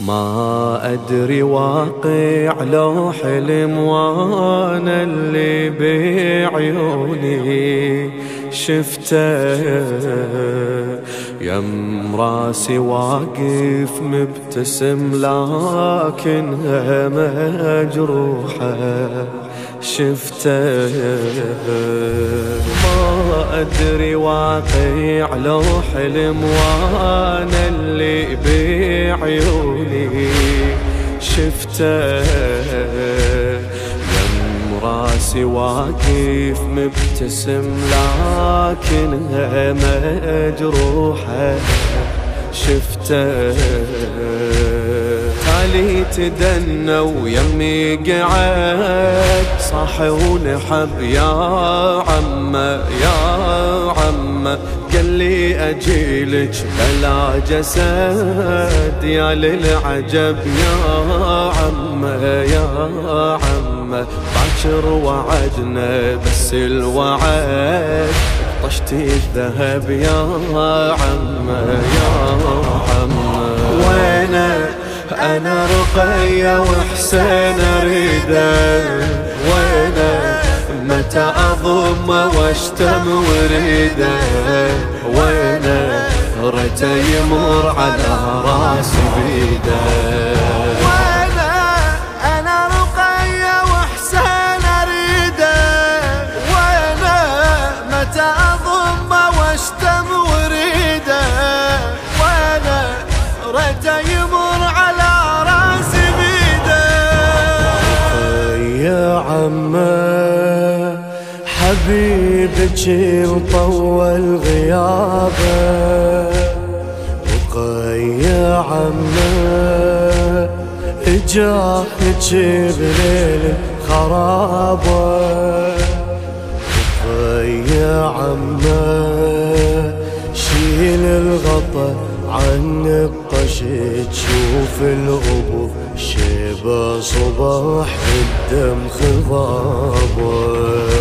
ما أدري واقع لو حلم وانا اللي بعيوني شفته، يم راسي واقف مبتسم لكنها مجروحة شفته. ما أدري واقع لو حلم وانا اللي بعيوني شفته، يم راسي واقف مبتسم لكنها مجروحة شفته. تالي تدنى ويمي قعد صاح ونحب يا عمه يا عمه، قال لي أجيلك بلا جسد يا للعجب يا عمه يا عمه. باكر وعدنا بس الوعد طشت الذهب يا عمه يا عمه. وينه أنا رقية وحسين أريده، وينه متى أضم واشتم وريده، وينه ريته يمر على راسي بيده. وينه أنا رقية وحسين أريده، وينه متى أضم واشتم وريده، وينه ريته يمر على راسي بيده. يا عمه حبيبك مطول غيابه، يا عمه اجاك بليل خرابه. يا عمه شيل الغطا عن الطشت شوف الأبو شيبة صباح الدم خضابه.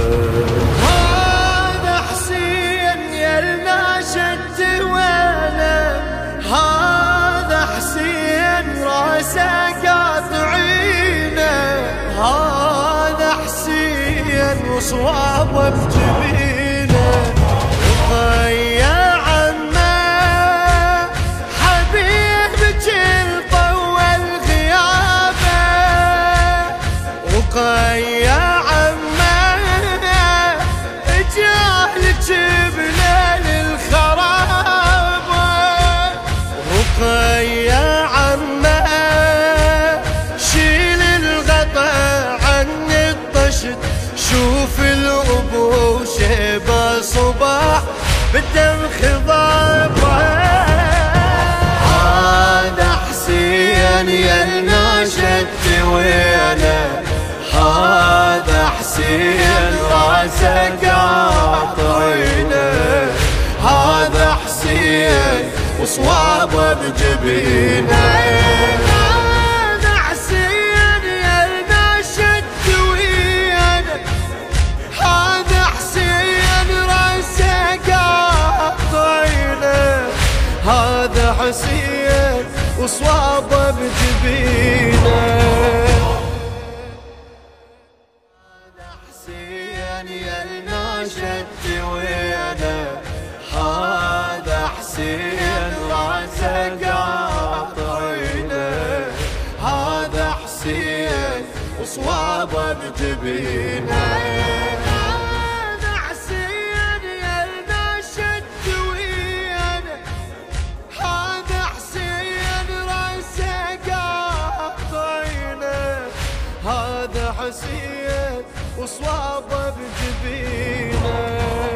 هذا حسين يلنا شد وينه، هذا حسين راسه قاطعينه، هذا حسين وصوابه بجبينه. يا عمه حبيبك طول غيابه، يا عمه اجاهلك بليل الخرابه. يا عمه شيل الغطا عن الطشت شوف الأبو شيبة صباح بالدم خضابه. هذا حسين يلنا شد وينه، هذا حسين راسه قاطعينه، هذا حسين وصوابه بجبينه. هذا حسين يلنا شد وينه، هذا حسين راسه قاطعينه، هذا حسين وصوابه بجبينه. يلنا شد وينه، هذا حسين راسه قاطعينه، هذا حسين وصوابه بجبينه. هذا حسين يلنا شد وينه، هذا حسين راسه قاطعينه، هذا حسين وصوابه بجبينه.